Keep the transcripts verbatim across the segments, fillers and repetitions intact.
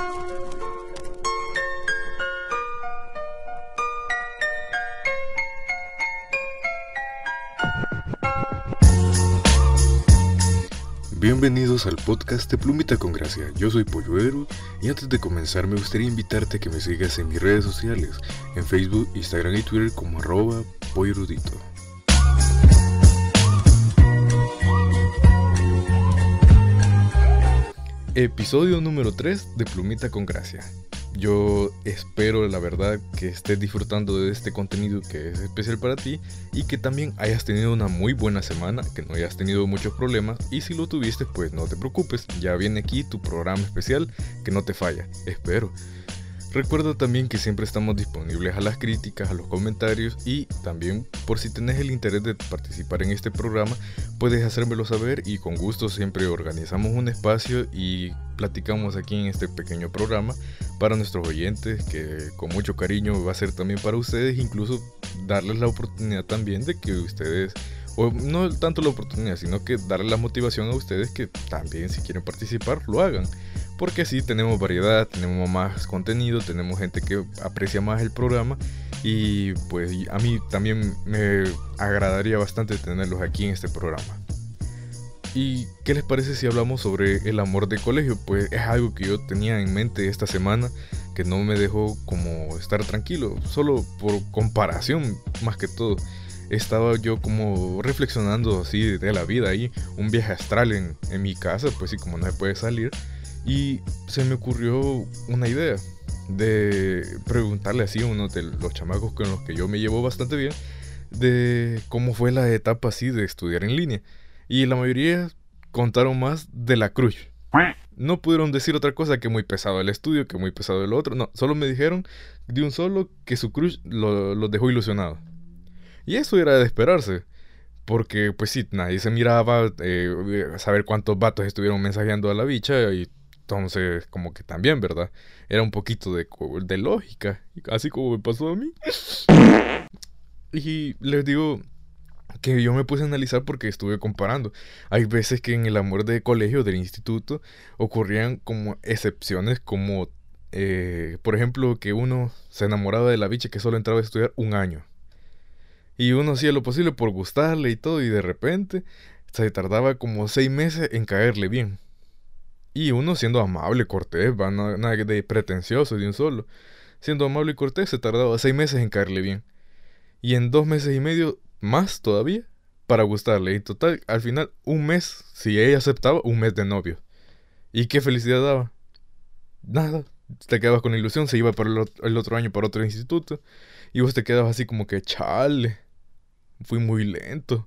Bienvenidos al podcast de Plumita con Gracia. Yo soy Polluero y antes de comenzar me gustaría invitarte a que me sigas en mis redes sociales, en Facebook, Instagram y Twitter como arroba pollerudito. Episodio número tres de Plumita con Gracia. Yo espero, la verdad, que estés disfrutando de este contenido que es especial para ti y que también hayas tenido una muy buena semana, que no hayas tenido muchos problemas y si lo tuviste, pues no te preocupes, ya viene aquí tu programa especial que no te falla, espero. Recuerda también que siempre estamos disponibles a las críticas, a los comentarios y también por si tenés el interés de participar en este programa, puedes hacérmelo saber y con gusto siempre organizamos un espacio y platicamos aquí en este pequeño programa para nuestros oyentes, que con mucho cariño va a ser también para ustedes, incluso darles la oportunidad también de que ustedes, o no tanto la oportunidad, sino que darles la motivación a ustedes que también si quieren participar lo hagan. Porque así tenemos variedad, tenemos más contenido, tenemos gente que aprecia más el programa y pues a mí también me agradaría bastante tenerlos aquí en este programa. ¿Y qué les parece si hablamos sobre el amor de colegio? Pues es algo que yo tenía en mente esta semana que no me dejó como estar tranquilo, solo por comparación más que todo. Estaba yo como reflexionando así de la vida ahí, un viaje astral en, en mi casa, pues sí, como no se puede salir. Y se me ocurrió una idea de preguntarle así a uno de los chamacos con los que yo me llevo bastante bien de cómo fue la etapa así de estudiar en línea. Y la mayoría contaron más de la cruz. No pudieron decir otra cosa que muy pesado el estudio, que muy pesado el otro. No, solo me dijeron de un solo que su cruz los lo dejó ilusionados. Y eso era de esperarse. Porque pues sí, nadie se miraba eh, a saber cuántos vatos estuvieron mensajeando a la bicha y entonces, como que también, ¿verdad? Era un poquito de, de lógica, así como me pasó a mí. Y les digo que yo me puse a analizar porque estuve comparando. Hay veces que en el amor de colegio, del instituto, ocurrían como excepciones, como, eh, por ejemplo, que uno se enamoraba de la bicha que solo entraba a estudiar un año. Y uno hacía lo posible por gustarle y todo, y de repente se tardaba como seis meses en caerle bien. Y uno siendo amable, cortés, va, no, nada de pretencioso de un solo. Siendo amable y cortés se tardaba seis meses en caerle bien. Y en dos meses y medio más todavía para gustarle. Y total, al final, un mes, si ella aceptaba, un mes de novio. ¿Y qué felicidad daba? Nada. Te quedabas con la ilusión, se iba para el, el otro año para otro instituto. Y vos te quedabas así como que, chale, fui muy lento.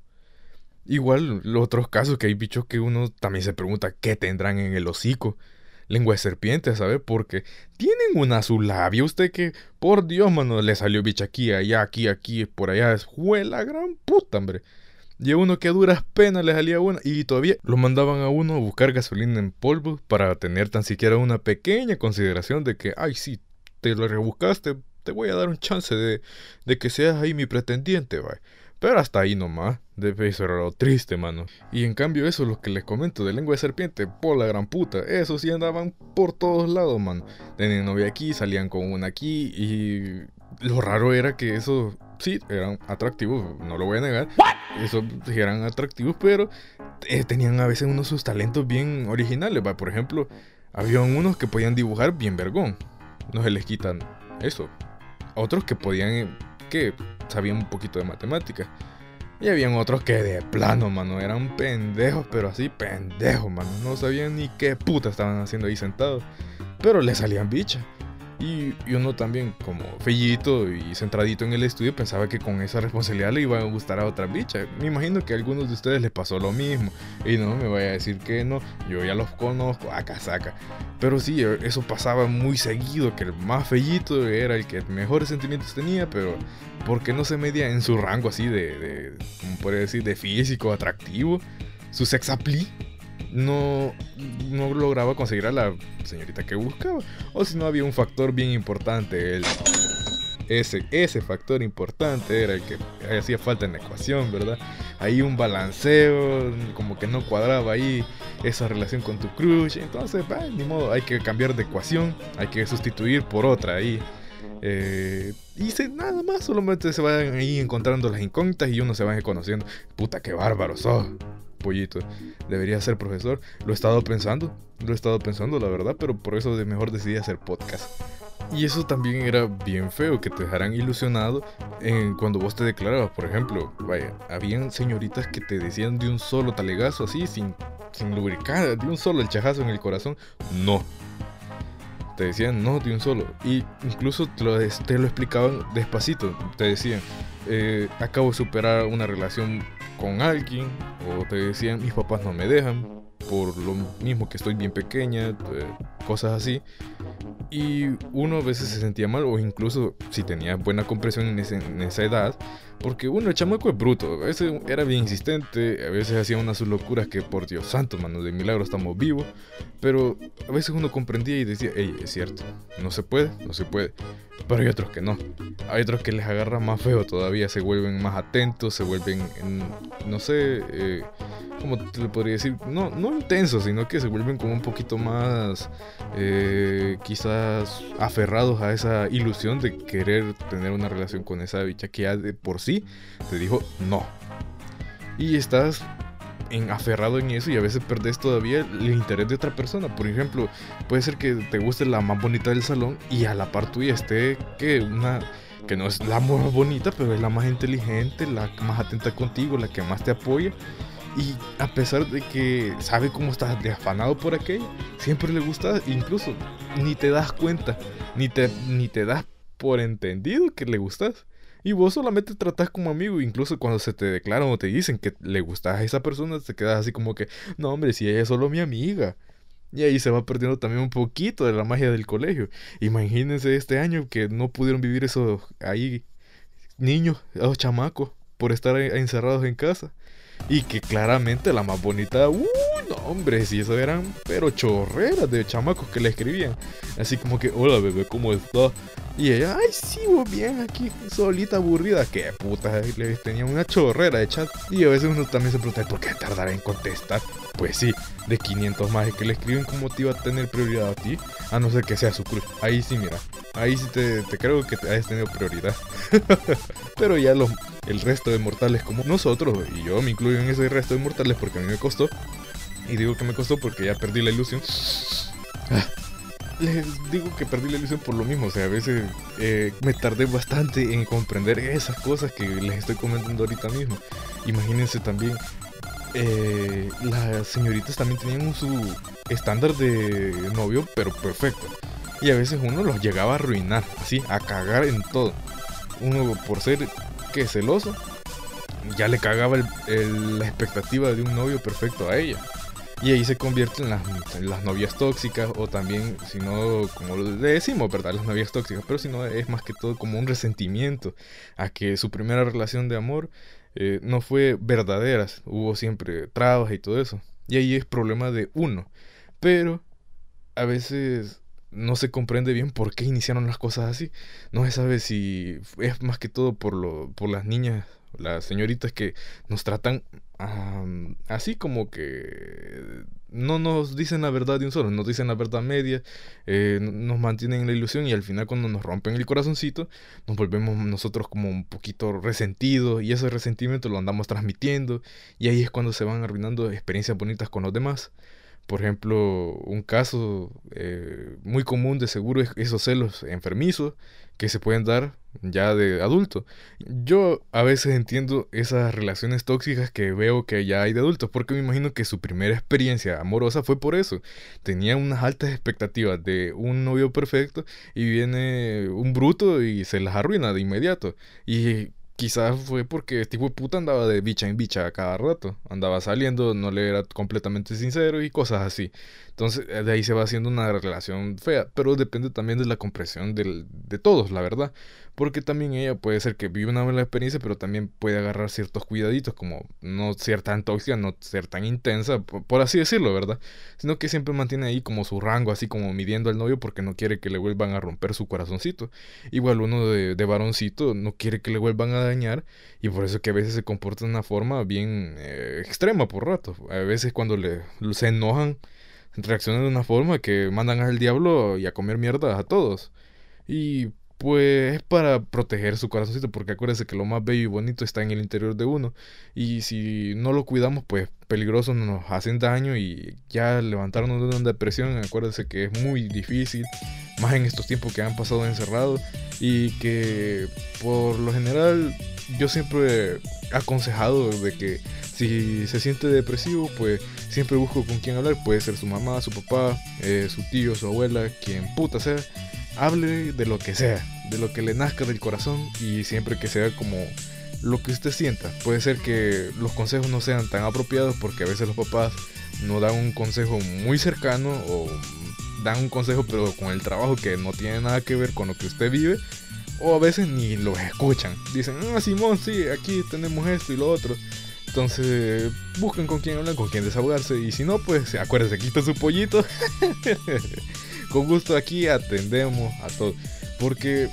Igual los otros casos que hay bichos que uno también se pregunta qué tendrán en el hocico. Lengua de serpiente, ¿sabes? Porque tienen una a su labio. Usted que, por Dios, mano, le salió bicha aquí, allá, aquí, aquí, por allá. Es la gran puta, hombre. Y a uno que a duras penas le salía una. Y todavía lo mandaban a uno a buscar gasolina en polvo para tener tan siquiera una pequeña consideración de que, ay, sí, te lo rebuscaste, te voy a dar un chance de, de que seas ahí mi pretendiente, ¿va? Pero hasta ahí nomás, de eso era lo triste, mano. Y en cambio eso, los que les comento de lengua de serpiente, por la gran puta, esos sí andaban por todos lados, mano. Tenían novia aquí, salían con una aquí y lo raro era que esos, sí, eran atractivos, no lo voy a negar. Esos sí eran atractivos, pero eh, tenían a veces unos sus talentos bien originales, ¿va? Por ejemplo, había unos que podían dibujar bien vergón, no se les quitan eso. Otros que podían... que sabían un poquito de matemáticas. Y habían otros que de plano, mano, eran pendejos, pero así pendejos, mano. No sabían ni qué puta estaban haciendo ahí sentados. Pero le salían bichas. Y, y uno también, como fellito y centradito en el estudio, pensaba que con esa responsabilidad le iba a gustar a otra bicha. Me imagino que a algunos de ustedes les pasó lo mismo. Y no me vaya a decir que no, yo ya los conozco, a casaca. Pero sí, eso pasaba muy seguido, que el más fellito era el que mejores sentimientos tenía, pero porque no se medía en su rango así de, de como podría decir, de físico, atractivo, su sex appeal. No, no lograba conseguir a la señorita que buscaba. O si no, había un factor bien importante, el Ese, ese factor importante era el que hacía falta en la ecuación, ¿verdad? Ahí un balanceo, como que no cuadraba ahí esa relación con tu crush. Entonces, bah, ni modo, hay que cambiar de ecuación, hay que sustituir por otra ahí. Eh, y se, nada más, solamente se van ahí encontrando las incógnitas y uno se va conociendo. Puta, qué bárbaro sos, pollito. Debería ser profesor. Lo he estado pensando, lo he estado pensando, la verdad, pero por eso de mejor decidí hacer podcast. Y eso también era bien feo, que te dejaran ilusionado en cuando vos te declarabas. Por ejemplo, vaya, habían señoritas que te decían de un solo talegazo así, sin, sin lubricar, de un solo el chajazo en el corazón. No. Te decían no de un solo. Y incluso te lo, te lo explicaban despacito. Te decían, eh, acabo de superar una relación con alguien. O te decían, mis papás no me dejan, por lo mismo que estoy bien pequeña, eh, cosas así. Y uno a veces se sentía mal, o incluso si tenía buena comprensión en, ese, en esa edad, porque uno, el chamaco es bruto, a veces era bien insistente, a veces hacía unas locuras que por Dios santo, mano, de milagro estamos vivos, pero a veces uno comprendía y decía, hey, es cierto, no se puede, no se puede, pero hay otros que no, hay otros que les agarra más feo todavía, se vuelven más atentos, se vuelven, en, no sé, eh, ¿cómo te lo podría decir? No, no intensos, sino que se vuelven como un poquito más, eh, quizás aferrados a esa ilusión de querer tener una relación con esa bicha que ya de por sí te dijo no. Y estás en, aferrado en eso y a veces perdés todavía el interés de otra persona. Por ejemplo, puede ser que te guste la más bonita del salón y a la par tuya esté que una... que no es la más bonita, pero es la más inteligente, la más atenta contigo, la que más te apoya. Y a pesar de que sabe cómo estás de afanado por aquello, siempre le gusta, incluso ni te das cuenta, ni te, ni te das por entendido que le gustas. Y vos solamente tratás como amigo, incluso cuando se te declaran o te dicen que le gustas a esa persona, te quedas así como que, no hombre, si ella es solo mi amiga. Y ahí se va perdiendo también un poquito de la magia del colegio. Imagínense este año que no pudieron vivir esos ahí niños, esos chamacos, por estar encerrados en casa. Y que claramente la más bonita, uh, no hombre, si eso eran pero chorreras de chamacos que le escribían. Así como que, hola bebé, ¿cómo estás? Y ella, ay sí, vos bien aquí, solita aburrida. Qué puta, le tenía una chorrera de chat. Y a veces uno también se pregunta, ¿por qué tardará en contestar? Pues sí, de quinientos más que le escriben, ¿cómo te iba a tener prioridad a ti? A no ser que sea su cruz. Ahí sí, mira, ahí sí te, te creo que te hayas tenido prioridad. Pero ya los, el resto de mortales como nosotros, y yo me incluyo en ese resto de mortales porque a mí me costó. Y digo que me costó porque ya perdí la ilusión. Les digo que perdí la ilusión por lo mismo. O sea, a veces eh, me tardé bastante en comprender esas cosas que les estoy comentando ahorita mismo. Imagínense también, eh, las señoritas también tenían su estándar de novio, pero perfecto. Y a veces uno los llegaba a arruinar, así, a cagar en todo. Uno por ser, ¿qué? Celoso, ya le cagaba el, el, la expectativa de un novio perfecto a ella. Y ahí se convierten en las, en las novias tóxicas, o también, si no, como le decimos, ¿verdad? Las novias tóxicas, pero si no, es más que todo como un resentimiento a que su primera relación de amor eh, no fue verdadera, hubo siempre trabas y todo eso. Y ahí es problema de uno. Pero a veces no se comprende bien por qué iniciaron las cosas así. No se sabe si es más que todo por, lo, por las niñas, las señoritas que nos tratan um, así como que no nos dicen la verdad de un solo, nos dicen la verdad media, eh, nos mantienen en la ilusión y al final cuando nos rompen el corazoncito nos volvemos nosotros como un poquito resentidos y ese resentimiento lo andamos transmitiendo y ahí es cuando se van arruinando experiencias bonitas con los demás. Por ejemplo, un caso eh, muy común de seguro es esos celos enfermizos que se pueden dar ya de adulto. Yo a veces entiendo esas relaciones tóxicas que veo que ya hay de adultos, porque me imagino que su primera experiencia amorosa fue por eso. Tenía unas altas expectativas de un novio perfecto y viene un bruto y se las arruina de inmediato. Y quizás fue porque este hijo de puta andaba de bicha en bicha a cada rato. Andaba saliendo, no le era completamente sincero y cosas así. Entonces, de ahí se va haciendo una relación fea. Pero depende también de la comprensión del, de todos, la verdad. Porque también ella puede ser que vive una mala experiencia, pero también puede agarrar ciertos cuidaditos, como no ser tan tóxica, no ser tan intensa, por, por así decirlo, ¿verdad? Sino que siempre mantiene ahí como su rango, así como midiendo al novio porque no quiere que le vuelvan a romper su corazoncito. Igual uno de, de varoncito no quiere que le vuelvan a dañar y por eso que a veces se comporta de una forma bien eh, extrema por rato. A veces cuando le, se enojan, reaccionan de una forma que mandan al diablo y a comer mierda a todos. Y pues es para proteger su corazoncito, porque acuérdense que lo más bello y bonito está en el interior de uno. Y si no lo cuidamos, pues peligrosos nos hacen daño y ya levantarnos de una depresión, acuérdense que es muy difícil, más en estos tiempos que han pasado encerrados y que por lo general yo siempre he aconsejado de que si se siente depresivo, pues siempre busco con quién hablar. Puede ser su mamá, su papá, eh, su tío, su abuela, quien puta sea. Hable de lo que sea, de lo que le nazca del corazón y siempre que sea como lo que usted sienta. Puede ser que los consejos no sean tan apropiados porque a veces los papás no dan un consejo muy cercano o dan un consejo pero con el trabajo que no tiene nada que ver con lo que usted vive, o a veces ni los escuchan. Dicen, ah, Simón, sí, aquí tenemos esto y lo otro. Entonces busquen con quién hablar, con quién desahogarse. Y si no, pues acuérdense, quita su pollito. Con gusto aquí atendemos a todo. Porque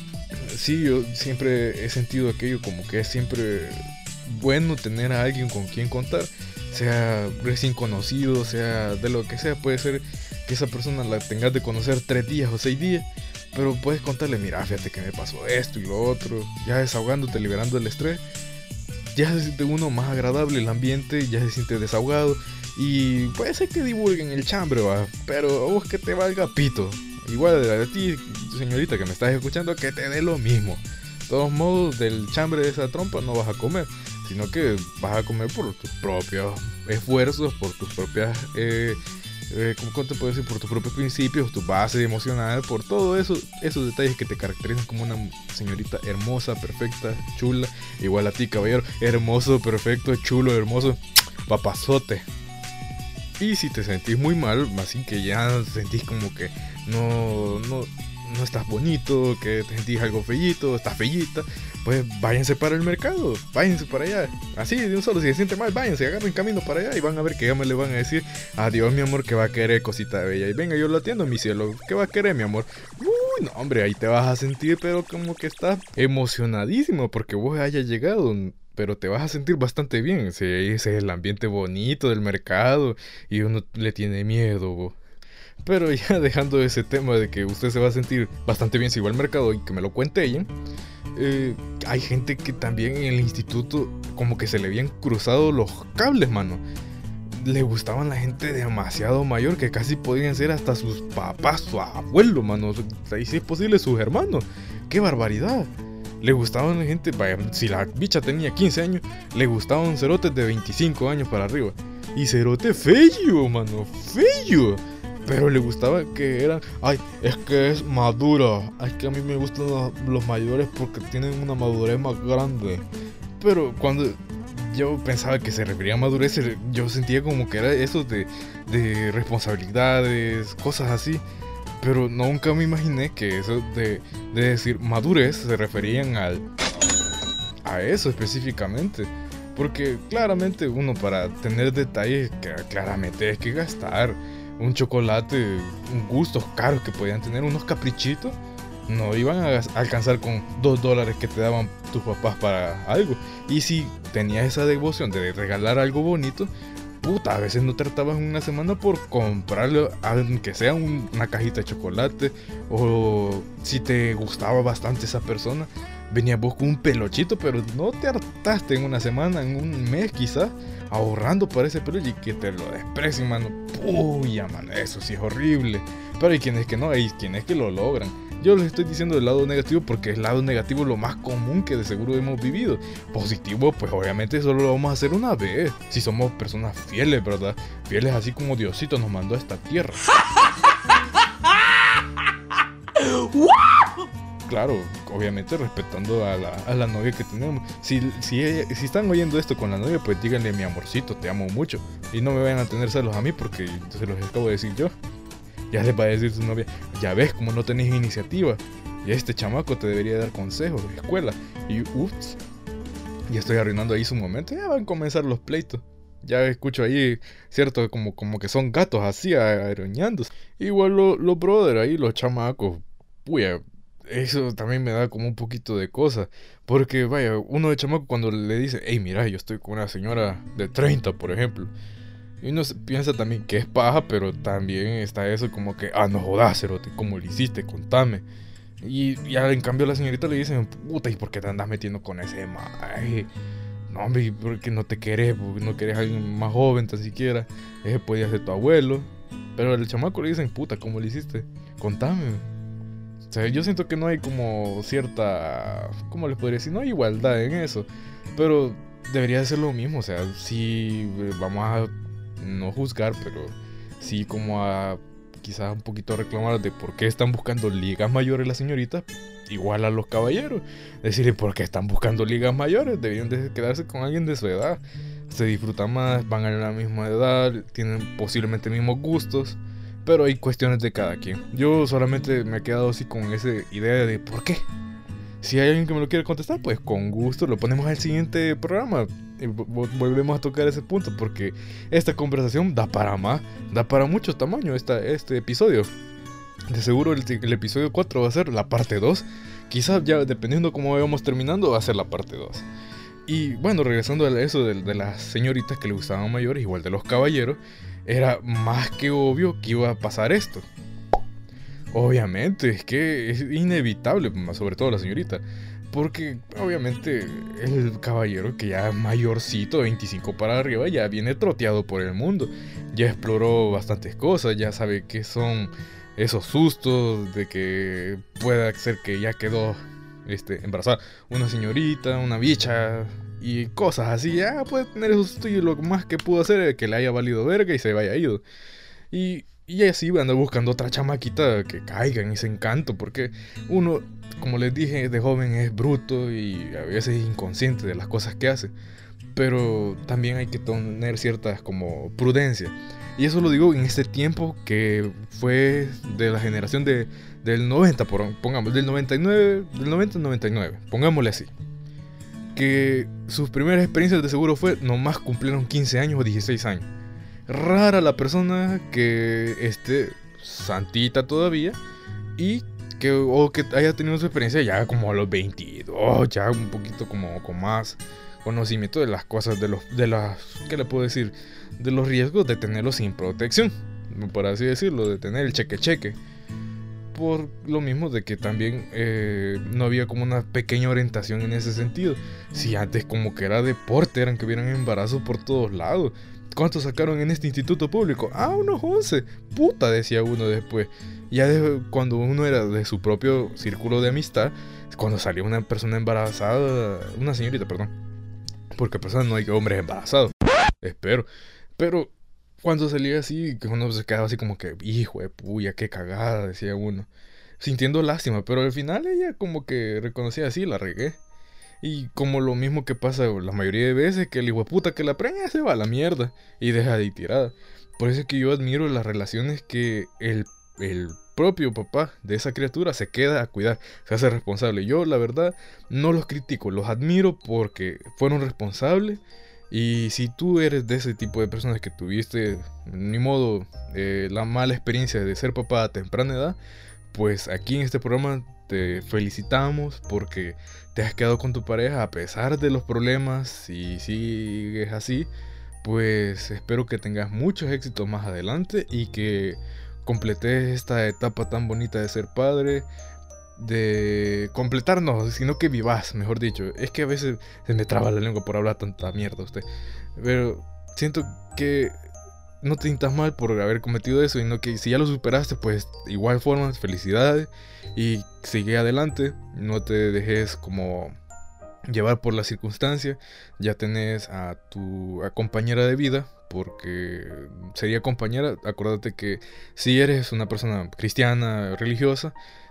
sí, yo siempre he sentido aquello como que es siempre bueno tener a alguien con quien contar. Sea recién conocido, sea de lo que sea. Puede ser que esa persona la tengas de conocer tres días o seis días. Pero puedes contarle, mira, fíjate que me pasó esto y lo otro. Ya desahogándote, liberando el estrés. Ya se siente uno más agradable el ambiente, ya se siente desahogado. Y puede ser que divulguen el chambre, va, pero vos que te valga pito. Igual a ti, señorita que me estás escuchando, que te dé lo mismo. De todos modos, del chambre de esa trompa no vas a comer, sino que vas a comer por tus propios esfuerzos, por tus propias, eh, eh, ¿cómo te puedo decir? Por tus propios principios, tu base emocional, por todo eso, esos detalles que te caracterizan como una señorita hermosa, perfecta, chula. Igual a ti, caballero, hermoso, perfecto, chulo, hermoso, papazote. Y si te sentís muy mal, así que ya sentís como que no, no, no estás bonito, que te sentís algo fellito, estás fellita, pues váyanse para el mercado, váyanse para allá. Así de un solo, si se siente mal, váyanse, agarren camino para allá y van a ver que ya me le van a decir, adiós mi amor, que va a querer cosita bella. Y venga, yo lo atiendo, mi cielo, ¿qué va a querer mi amor? Uy, no hombre, ahí te vas a sentir pero como que estás emocionadísimo porque vos hayas llegado. Pero te vas a sentir bastante bien. Ese es el ambiente bonito del mercado y uno le tiene miedo, bo. Pero ya dejando ese tema de que usted se va a sentir bastante bien si va al mercado y que me lo cuente ella, eh, hay gente que también en el instituto como que se le habían cruzado los cables, mano. Le gustaban la gente demasiado mayor que casi podrían ser hasta sus papás, su abuelo, mano. Y si es posible sus hermanos. ¡Qué barbaridad! Le gustaban la gente, vaya, si la bicha tenía quince años, le gustaban cerotes de veinticinco años para arriba. Y cerote feo, mano, feo. Pero le gustaba que eran, ay, es que es madura. Es que a mí me gustan los, los mayores porque tienen una madurez más grande. Pero cuando yo pensaba que se refería a madurez, yo sentía como que era eso de, de responsabilidades, cosas así. Pero nunca me imaginé que eso de, de decir madurez se referían al, a eso específicamente. Porque claramente uno para tener detalles, claramente es que gastar un chocolate, un gustos caros que podían tener, unos caprichitos, no iban a alcanzar con dos dólares que te daban tus papás para algo. Y si tenías esa devoción de regalar algo bonito, puta, a veces no tratabas una semana por comprarle, aunque sea un, una cajita de chocolate. O si te gustaba bastante esa persona, venías vos con un peluchito, pero no te hartaste en una semana, en un mes quizás, ahorrando para ese peluche y que te lo desprecien, mano. Puya, mano, eso sí es horrible. Pero hay quienes que no, hay quienes que lo logran. Yo les estoy diciendo del lado negativo porque el lado negativo es lo más común que de seguro hemos vivido. Positivo, pues obviamente solo lo vamos a hacer una vez. Si somos personas fieles, ¿verdad? Fieles así como Diosito nos mandó a esta tierra. Claro, obviamente respetando a la, a la novia que tenemos. Si, si, ella- si están oyendo esto con la novia, pues díganle, mi amorcito, te amo mucho. Y no me vayan a tener celos a mí porque se los acabo de decir yo. Ya les va a decir su novia, ya ves como no tenés iniciativa. Y este chamaco te debería dar consejos de escuela. Y ups, ya estoy arruinando ahí su momento. Ya van a comenzar los pleitos. Ya escucho ahí, cierto, como, como que son gatos así, aruñándose. Igual lo- los brothers ahí, los chamacos. Puya, eso también me da como un poquito de cosa. Porque vaya, uno de chamaco cuando le dice, hey, mira, yo estoy con una señora de treinta, por ejemplo. Y uno se- piensa también que es paja, pero también está eso como que, ah, no jodas, cerote, ¿cómo lo hiciste? Contame. Y ya en cambio a la señorita le dicen, puta, ¿y por qué te andas metiendo con ese maje? No, hombre, ¿y por qué no te querés? Porque no querés a alguien más joven tan siquiera. Ese podía ser tu abuelo. Pero al chamaco le dicen, puta, ¿cómo lo hiciste? Contame. O sea, yo siento que no hay como cierta, ¿cómo les podría decir? No hay igualdad en eso. Pero debería de ser lo mismo. O sea, sí, eh, vamos a no juzgar, pero sí como a quizás un poquito reclamar de por qué están buscando ligas mayores las señoritas, igual a los caballeros. Decirle por qué están buscando ligas mayores, deberían de quedarse con alguien de su edad. Se disfrutan más, van a la misma edad, tienen posiblemente mismos gustos, pero hay cuestiones de cada quien. Yo solamente me he quedado así con esa idea de por qué. Si hay alguien que me lo quiere contestar, pues con gusto lo ponemos al siguiente programa. Y vo- volvemos a tocar ese punto porque esta conversación da para más, da para mucho tamaño esta, este episodio. De seguro el, el episodio cuatro va a ser la parte dos. Quizás ya dependiendo cómo vayamos terminando va a ser la parte dos. Y bueno, regresando a eso de, de las señoritas que le gustaban mayores, igual de los caballeros, era más que obvio que iba a pasar esto. Obviamente, es que es inevitable, más sobre todo la señorita. Porque obviamente el caballero que ya es mayorcito, de veinticinco para arriba, ya viene troteado por el mundo. Ya exploró bastantes cosas, ya sabe qué son esos sustos de que pueda ser que ya quedó este, embarazada una señorita, una bicha y cosas así. Ya puede tener esos sustos y lo más que pudo hacer es que le haya valido verga y se vaya ido. Y, y así anda buscando otra chamaquita que caiga en ese encanto, porque uno, como les dije, de joven es bruto y a veces es inconsciente de las cosas que hace. Pero también hay que tener ciertas como prudencia. Y eso lo digo en este tiempo que fue de la generación de, del noventa, por- pongamos, del noventa y nueve, del noventa al noventa y nueve, pongámosle así. Que sus primeras experiencias de seguro fue nomás cumplieron quince años o dieciséis años. Rara la persona que esté santita todavía y que, o que haya tenido su experiencia ya como a los veintidós, ya un poquito como con más conocimiento de las cosas, de los, de las, ¿qué le puedo decir? De los riesgos de tenerlo sin protección, por así decirlo, de tener el cheque cheque. Por lo mismo de que también eh, no había como una pequeña orientación en ese sentido. Si antes como que era deporte, eran que hubieran embarazos por todos lados. ¿Cuántos sacaron en este instituto público? Ah, unos once. Puta, decía uno después. Ya de, cuando uno era de su propio círculo de amistad, cuando salía una persona embarazada, una señorita, perdón. Porque personas no hay hombres embarazados. Espero. Pero cuando salía así, que uno se quedaba así como que, hijo de puya, qué cagada, decía uno. Sintiendo lástima, pero al final ella como que reconocía así, la regué. Y como lo mismo que pasa la mayoría de veces, que el hijo de puta que la preña se va a la mierda y deja de ir tirada. Por eso es que yo admiro las relaciones que el, el propio papá de esa criatura se queda a cuidar, se hace responsable. Yo la verdad no los critico, los admiro porque fueron responsables. Y si tú eres de ese tipo de personas que tuviste, ni modo, eh, la mala experiencia de ser papá a temprana edad, pues aquí en este programa te felicitamos porque te has quedado con tu pareja a pesar de los problemas y sigues así, pues espero que tengas muchos éxitos más adelante y que completes esta etapa tan bonita de ser padre, de completarnos, sino que vivas, mejor dicho. Es que a veces se me traba la lengua por hablar tanta mierda usted, pero siento que no te sientas mal por haber cometido eso, sino que si ya lo superaste, pues igual forma, felicidades y sigue adelante, no te dejes como llevar por la circunstancia. Ya tenés a tu a compañera de vida, porque sería compañera, acuérdate que si eres una persona cristiana, religiosa,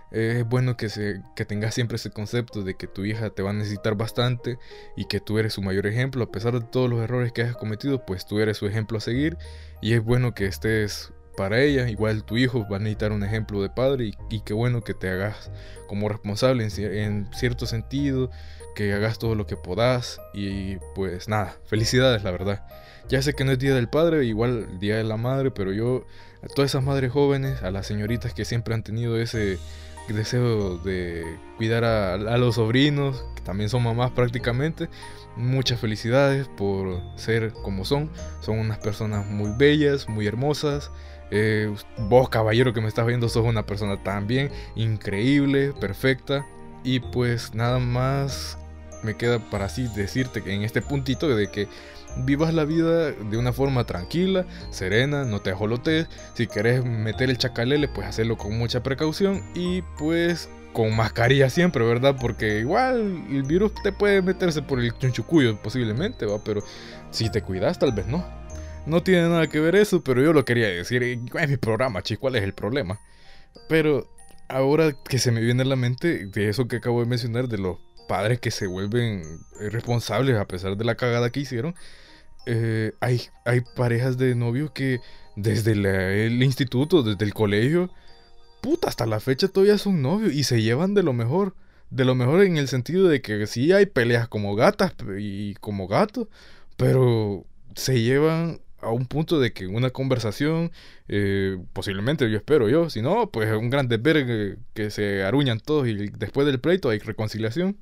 Eh, es bueno que, se, que tengas siempre ese concepto de que tu hija te va a necesitar bastante y que tú eres su mayor ejemplo. A pesar de todos los errores que hayas cometido, pues tú eres su ejemplo a seguir. Y es bueno que estés para ella. Igual tu hijo va a necesitar un ejemplo de padre. Y, y qué bueno que te hagas como responsable en, en cierto sentido. Que hagas todo lo que podás. Y pues nada, felicidades la verdad. Ya sé que no es Día del Padre, igual Día de la Madre, pero yo a todas esas madres jóvenes, a las señoritas que siempre han tenido ese deseo de cuidar a, a los sobrinos, que también son mamás prácticamente, muchas felicidades por ser como son. Son unas personas muy bellas, muy hermosas. Eh, vos, caballero que me estás viendo, sos una persona también increíble, perfecta. Y pues nada más me queda para así decirte que en este puntito de que vivas la vida de una forma tranquila, serena, no te ajolotes. Si querés meter el chacalele, pues hacerlo con mucha precaución y pues con mascarilla siempre, ¿verdad? Porque igual el virus te puede meterse por el chunchucuyo posiblemente, ¿va? Pero si te cuidas, tal vez no. No tiene nada que ver eso, pero yo lo quería decir. Es mi programa, chicos, ¿cuál es el problema? Pero ahora que se me viene a la mente de eso que acabo de mencionar, de los padres que se vuelven responsables a pesar de la cagada que hicieron, eh, hay, hay parejas de novios que desde la, el instituto, desde el colegio, puta, hasta la fecha todavía son novios y se llevan de lo mejor. De lo mejor en el sentido de que sí hay peleas como gatas y como gatos, pero se llevan a un punto de que una conversación, eh, posiblemente yo espero yo, si no, pues un gran desvergue que se aruñan todos y después del pleito hay reconciliación.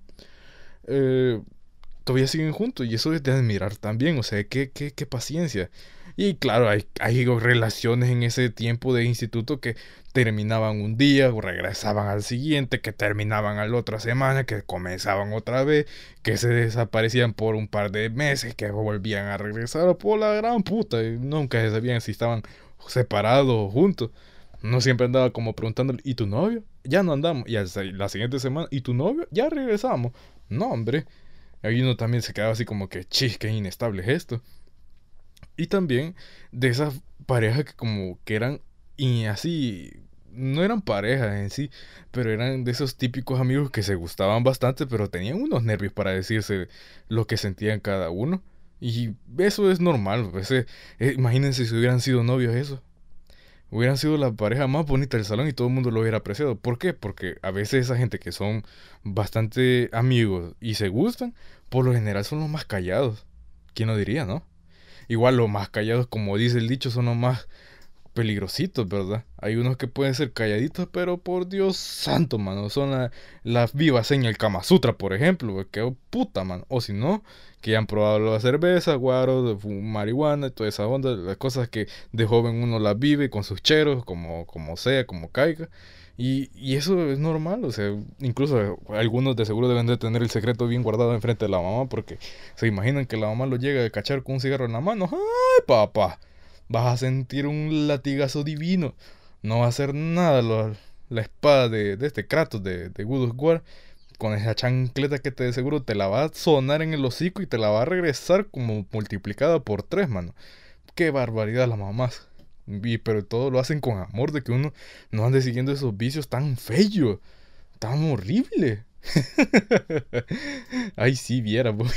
Eh, Todavía siguen juntos y eso es de admirar también, o sea, qué, qué, qué paciencia. Y claro, hay, hay relaciones en ese tiempo de instituto que terminaban un día, o regresaban al siguiente, que terminaban a la otra semana, que comenzaban otra vez, que se desaparecían por un par de meses, que volvían a regresar por la gran puta, y nunca se sabían si estaban separados o juntos. No siempre andaba como preguntando, ¿y tu novio? Ya no andamos. Y la siguiente semana, ¿y tu novio? Ya regresamos. No, hombre. Ahí uno también se quedaba así como que, chis, qué inestable es esto. Y también de esas parejas que como que eran y así, no eran parejas en sí, pero eran de esos típicos amigos que se gustaban bastante, pero tenían unos nervios para decirse lo que sentían cada uno. Y eso es normal, pues, eh, eh, imagínense si hubieran sido novios eso. Hubieran sido la pareja más bonita del salón y todo el mundo lo hubiera apreciado. ¿Por qué? Porque a veces esa gente que son bastante amigos y se gustan, por lo general son los más callados. ¿Quién lo diría, no? Igual los más callados, como dice el dicho, son los más peligrositos, ¿verdad? Hay unos que pueden ser calladitos, pero por Dios santo, mano, son la, la viva seña del Kama Sutra, por ejemplo, que puta, mano. O si no, que ya han probado la cerveza, guaro, marihuana y toda esa onda, las cosas que de joven uno las vive con sus cheros, como, como sea, como caiga. Y, y eso es normal, o sea, incluso algunos de seguro deben de tener el secreto bien guardado enfrente de la mamá, porque se imaginan que la mamá lo llega a cachar con un cigarro en la mano. ¡Ay, papá! Vas a sentir un latigazo divino. No va a hacer nada lo- la espada de, de este Kratos de, de God of War. Con esa chancleta que te de seguro te la va a sonar en el hocico y te la va a regresar como multiplicada por tres, mano. Qué barbaridad las mamás. Y, pero todo lo hacen con amor de que uno no ande siguiendo esos vicios tan feos, tan horribles. Ay, sí, viera, po.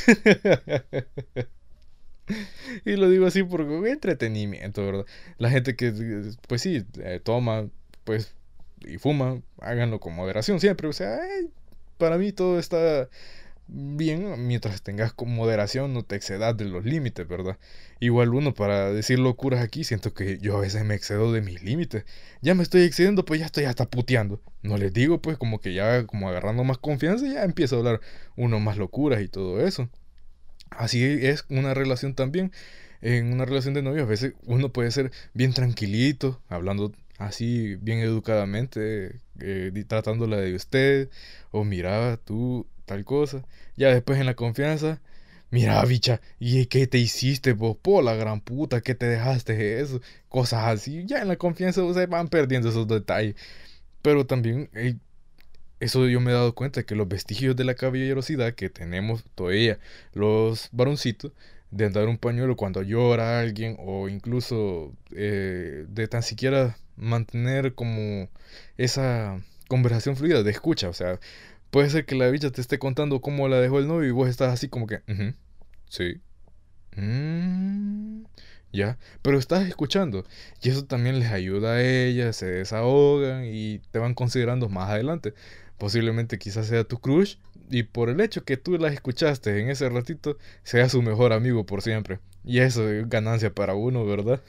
Y lo digo así por entretenimiento, ¿verdad? La gente que, pues sí, eh, toma, pues, y fuma, háganlo con moderación siempre. O sea, eh, para mí todo está bien mientras tengas con moderación, no te excedas de los límites, ¿verdad? Igual uno, para decir locuras aquí, siento que yo a veces me excedo de mis límites. Ya me estoy excediendo, pues ya estoy hasta puteando. No les digo, pues, como que ya, como agarrando más confianza, ya empiezo a hablar uno más locuras y todo eso. Así es una relación también. En una relación de novios a veces uno puede ser bien tranquilito, hablando así bien educadamente, eh, di- tratándola de usted, o mira tú tal cosa. Ya después en la confianza, mira bicha, ¿y qué te hiciste vos? Por la gran puta, ¿qué te dejaste eso? Cosas así. Ya en la confianza se van perdiendo esos detalles. Pero también ey, eso yo me he dado cuenta que los vestigios de la caballerosidad que tenemos todavía los varoncitos, de andar un pañuelo cuando llora alguien o incluso eh, de tan siquiera mantener como esa conversación fluida, de escucha, o sea, puede ser que la bicha te esté contando cómo la dejó el novio y vos estás así como que, uh-huh, sí, mm, ya, pero estás escuchando y eso también les ayuda a ellas, se desahogan y te van considerando más adelante. Posiblemente quizás sea tu crush y por el hecho que tú las escuchaste en ese ratito, sea su mejor amigo por siempre. Y eso es ganancia para uno, ¿verdad?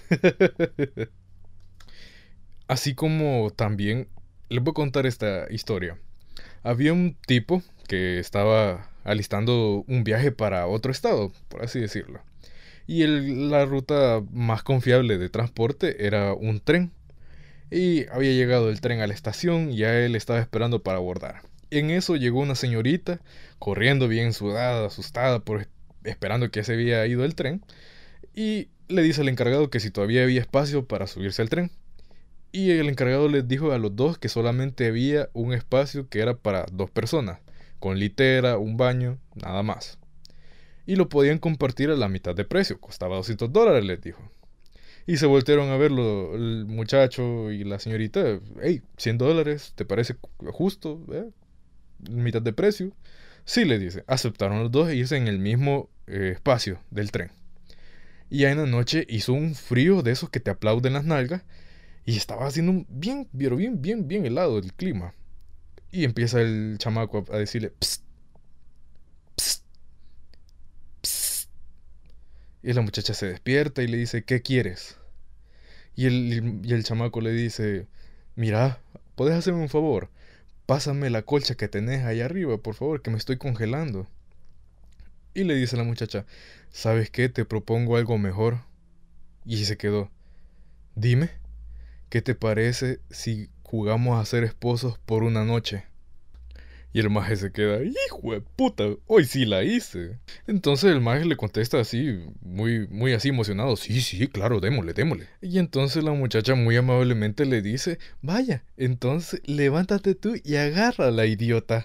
Así como también les voy a contar esta historia. Había un tipo que estaba alistando un viaje para otro estado, por así decirlo. Y el- la ruta más confiable de transporte era un tren. Y había llegado el tren a la estación y ya él estaba esperando para abordar. En eso llegó una señorita, corriendo bien sudada, asustada, por esperando que se había ido el tren, y le dice al encargado que si todavía había espacio para subirse al tren. Y el encargado les dijo a los dos que solamente había un espacio que era para dos personas, con litera, un baño, nada más. Y lo podían compartir a la mitad de precio, costaba doscientos dólares, les dijo. Y se voltearon a verlo el muchacho y la señorita. Hey, cien dólares, ¿te parece justo? ¿Eh? Mitad de precio. Sí, le dice. Aceptaron los dos e irse en el mismo eh, espacio del tren. Y ya en la noche hizo un frío de esos que te aplauden las nalgas. Y estaba haciendo un bien, pero bien, bien, bien helado el clima. Y empieza el chamaco a, a decirle, psst, psst, psst. Y la muchacha se despierta y le dice, ¿qué quieres? Y el, y el chamaco le dice, mira, ¿puedes hacerme un favor? Pásame la colcha que tenés ahí arriba, por favor, que me estoy congelando. Y le dice la muchacha, ¿sabes qué? Te propongo algo mejor. Y se quedó. Dime, ¿qué te parece si jugamos a ser esposos por una noche? Y el maje se queda, hijo de puta, hoy sí la hice. Entonces el maje le contesta así, muy, muy así emocionado, sí, sí, claro, démosle, démosle. Y entonces la muchacha muy amablemente le dice, vaya, entonces levántate tú y agárrala, idiota.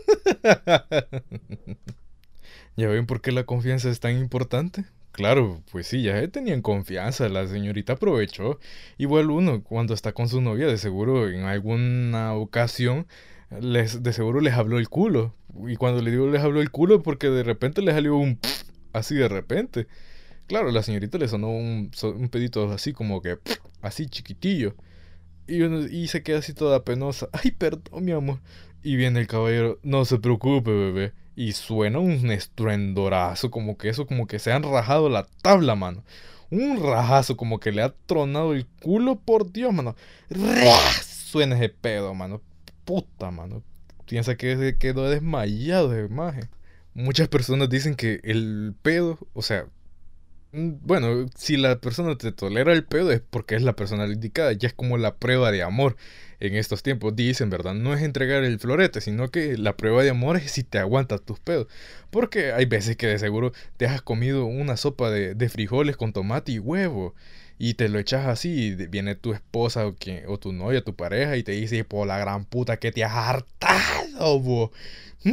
¿Ya ven por qué la confianza es tan importante? Claro, pues sí, ya tenían confianza, la señorita aprovechó. Igual uno, cuando está con su novia, de seguro en alguna ocasión, les, de seguro les habló el culo. Y cuando le digo les habló el culo, porque de repente le salió un pf, así de repente. Claro, la señorita le sonó un, so- un pedito así como que pf, así chiquitillo. Y, uno- y se queda así toda penosa. Ay, perdón, mi amor. Y viene el caballero. No se preocupe, bebé. Y suena un estruendorazo. Como que eso, como que se han rajado la tabla, mano. Un rajazo, como que le ha tronado el culo, por Dios, mano. ¡Ras! Suena ese pedo, mano. Puta, mano. Piensa que se quedó desmayado de imagen. Muchas personas dicen que el pedo, o sea, Mm, bueno, si la persona te tolera el pedo es porque es la persona indicada, ya es como la prueba de amor en estos tiempos, dicen, ¿verdad? No es entregar el florete, sino que la prueba de amor es si te aguantas tus pedos. Porque hay veces que de seguro te has comido una sopa de, de frijoles con tomate y huevo y te lo echas así y de- viene tu esposa o, quien, o tu novia, tu pareja y te dice, por la gran puta que te has hartado, bo. Mm,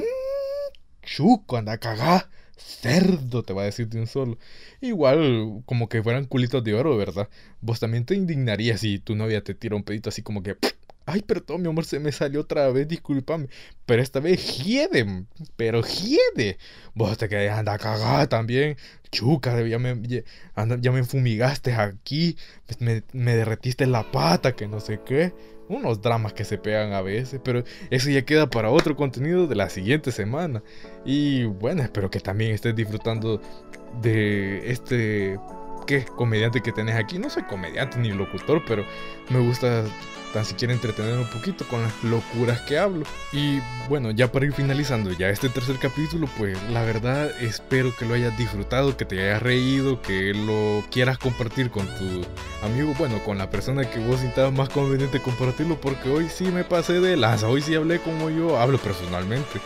chuco, anda a cagar. Cerdo, te va a decir de un solo. Igual, como que fueran culitos de oro, ¿verdad? Vos también te indignarías si tu novia te tira un pedito así como que, ay, perdón, mi amor, se me salió otra vez, discúlpame. Pero esta vez hiede, pero hiede. Vos te quedás anda cagada también. Chuca, ya me, ya, anda- ya me fumigaste aquí, me, me derretiste la pata, que no sé qué. Unos dramas que se pegan a veces, pero eso ya queda para otro contenido de la siguiente semana. Y bueno, espero que también estés disfrutando de este, ¿qué? Comediante que tenés aquí. No soy comediante ni locutor, pero me gusta tan siquiera entretener un poquito con las locuras que hablo. Y bueno, ya para ir finalizando ya este tercer capítulo, pues la verdad espero que lo hayas disfrutado, que te hayas reído, que lo quieras compartir con tu amigo, bueno, con la persona que vos sintas más conveniente compartirlo, porque hoy sí me pasé de lanza, hoy sí hablé como yo hablo personalmente.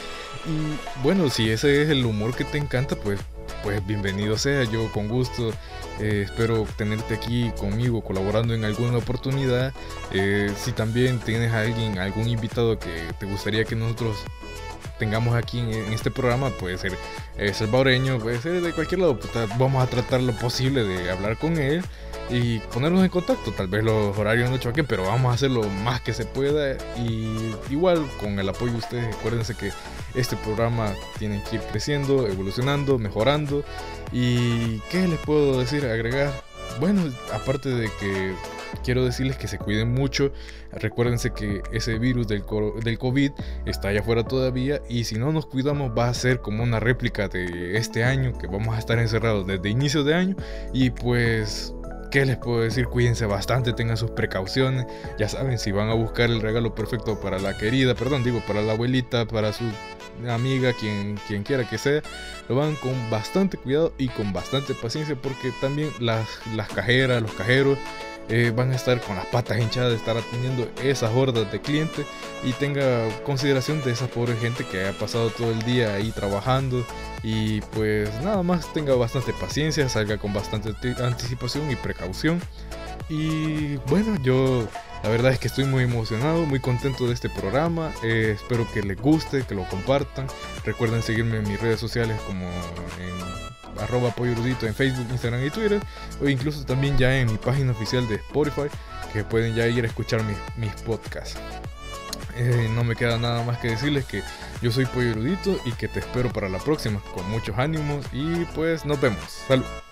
Y bueno, si ese es el humor que te encanta, pues, pues bienvenido sea, yo con gusto eh, espero tenerte aquí conmigo colaborando en alguna oportunidad. Eh, si también tienes a alguien, algún invitado que te gustaría que nosotros tengamos aquí en, en este programa, puede ser eh, salvadoreño, puede ser de cualquier lado, puta, vamos a tratar lo posible de hablar con él y ponernos en contacto. Tal vez los horarios no choquen, pero vamos a hacer lo más que se pueda, y igual con el apoyo de ustedes. Acuérdense que este programa tiene que ir creciendo, evolucionando, mejorando. Y ¿qué les puedo decir? Agregar, bueno, aparte de que quiero decirles que se cuiden mucho. Recuérdense que ese virus del, del COVID está allá afuera todavía, y si no nos cuidamos va a ser como una réplica de este año, que vamos a estar encerrados desde inicios de año. Y pues, ¿qué les puedo decir? Cuídense bastante, tengan sus precauciones. Ya saben, si van a buscar el regalo perfecto para la querida, perdón, digo, para la abuelita, para su amiga, quien, quien quiera que sea, lo van con bastante cuidado y con bastante paciencia, porque también las, las cajeras, los cajeros eh, van a estar con las patas hinchadas de estar atendiendo esas hordas de clientes. Y tenga consideración de esa pobre gente que ha pasado todo el día ahí trabajando. Y pues nada más, tenga bastante paciencia, salga con bastante anticipación y precaución. Y bueno, yo la verdad es que estoy muy emocionado, muy contento de este programa. eh, Espero que les guste, que lo compartan. Recuerden seguirme en mis redes sociales como en arroba pollo erudito en Facebook, Instagram y Twitter, o incluso también ya en mi página oficial de Spotify, que pueden ya ir a escuchar mis, mis podcasts. Eh, no me queda nada más que decirles que yo soy Pollo Erudito y que te espero para la próxima con muchos ánimos, y pues nos vemos. Salud.